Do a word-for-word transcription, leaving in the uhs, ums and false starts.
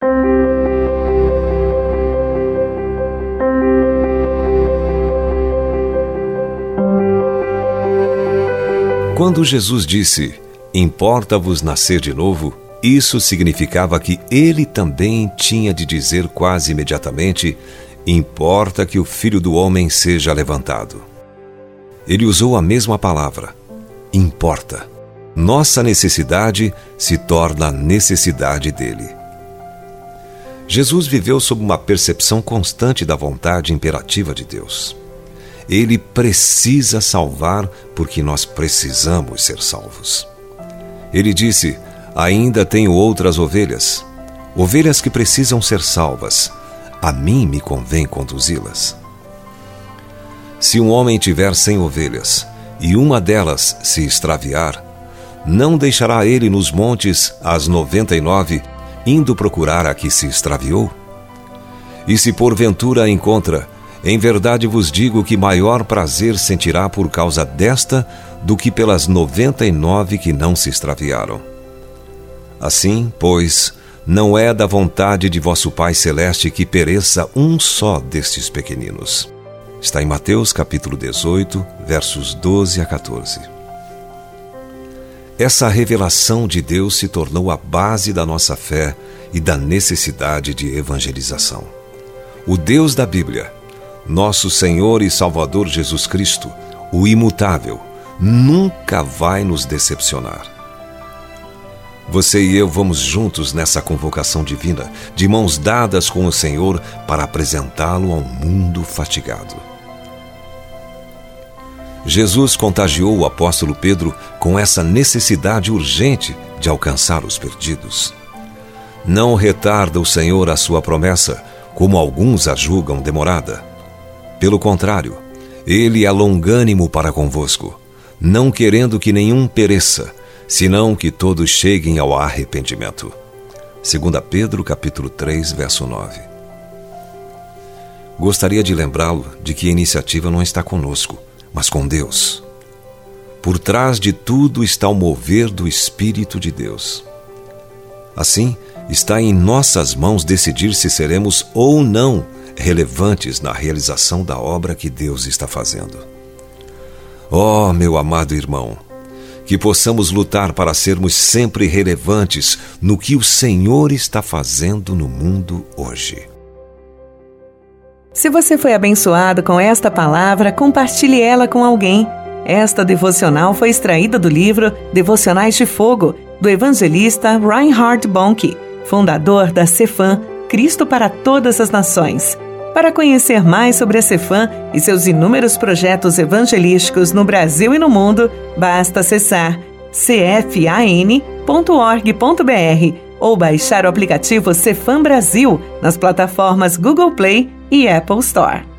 Quando Jesus disse, importa-vos nascer de novo, isso significava que ele também tinha de dizer quase imediatamente, importa que o Filho do Homem seja levantado. Ele usou a mesma palavra, importa. Nossa necessidade se torna a necessidade dele. Jesus viveu sob uma percepção constante da vontade imperativa de Deus. Ele precisa salvar porque nós precisamos ser salvos. Ele disse, ainda tenho outras ovelhas, ovelhas que precisam ser salvas. A mim me convém conduzi-las. Se um homem tiver cem ovelhas e uma delas se extraviar, não deixará ele nos montes as noventa e nove, indo procurar a que se extraviou? E se porventura a encontra, em verdade vos digo que maior prazer sentirá por causa desta do que pelas noventa e nove que não se extraviaram. Assim, pois, não é da vontade de vosso Pai Celeste que pereça um só destes pequeninos. Está em Mateus capítulo dezoito, versos doze a quatorze. Essa revelação de Deus se tornou a base da nossa fé e da necessidade de evangelização. O Deus da Bíblia, nosso Senhor e Salvador Jesus Cristo, o imutável, nunca vai nos decepcionar. Você e eu vamos juntos nessa convocação divina, de mãos dadas com o Senhor, para apresentá-lo ao mundo fatigado. Jesus contagiou o apóstolo Pedro com essa necessidade urgente de alcançar os perdidos. Não retarda o Senhor a sua promessa, como alguns a julgam demorada. Pelo contrário, ele é longânimo para convosco, não querendo que nenhum pereça, senão que todos cheguem ao arrependimento. Segunda Pedro, capítulo três, verso nove. Gostaria de lembrá-lo de que a iniciativa não está conosco, mas com Deus. Por trás de tudo está o mover do Espírito de Deus. Assim, está em nossas mãos decidir se seremos ou não relevantes na realização da obra que Deus está fazendo. Oh, meu amado irmão, que possamos lutar para sermos sempre relevantes no que o Senhor está fazendo no mundo hoje. Se você foi abençoado com esta palavra, compartilhe ela com alguém. Esta devocional foi extraída do livro Devocionais de Fogo, do evangelista Reinhard Bonnke, fundador da Cefam, Cristo para Todas as Nações. Para conhecer mais sobre a Cefam e seus inúmeros projetos evangelísticos no Brasil e no mundo, basta acessar c f a n ponto org ponto b r ou baixar o aplicativo Cefam Brasil nas plataformas Google Play e Apple Store.